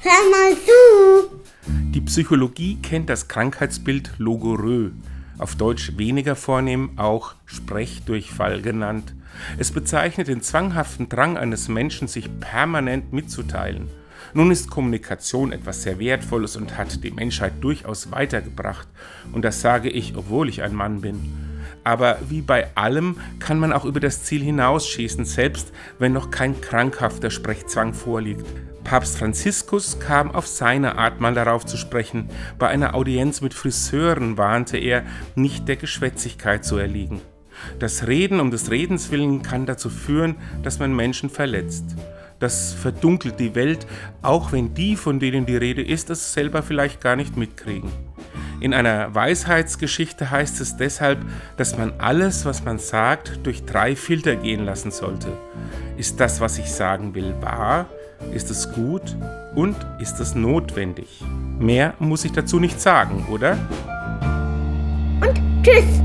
Hör mal zu! Die Psychologie kennt das Krankheitsbild Logorrhoe, auf Deutsch weniger vornehm auch Sprechdurchfall genannt. Es bezeichnet den zwanghaften Drang eines Menschen, sich permanent mitzuteilen. Nun ist Kommunikation etwas sehr Wertvolles und hat die Menschheit durchaus weitergebracht. Und das sage ich, obwohl ich ein Mann bin. Aber wie bei allem kann man auch über das Ziel hinausschießen, selbst wenn noch kein krankhafter Sprechzwang vorliegt. Papst Franziskus kam auf seine Art mal darauf zu sprechen. Bei einer Audienz mit Friseuren warnte er, nicht der Geschwätzigkeit zu erliegen. Das Reden um des Redens willen kann dazu führen, dass man Menschen verletzt. Das verdunkelt die Welt, auch wenn die, von denen die Rede ist, es selber vielleicht gar nicht mitkriegen. In einer Weisheitsgeschichte heißt es deshalb, dass man alles, was man sagt, durch 3 Filter gehen lassen sollte. Ist das, was ich sagen will, wahr? Ist es gut? Und ist es notwendig? Mehr muss ich dazu nicht sagen, oder? Und tschüss!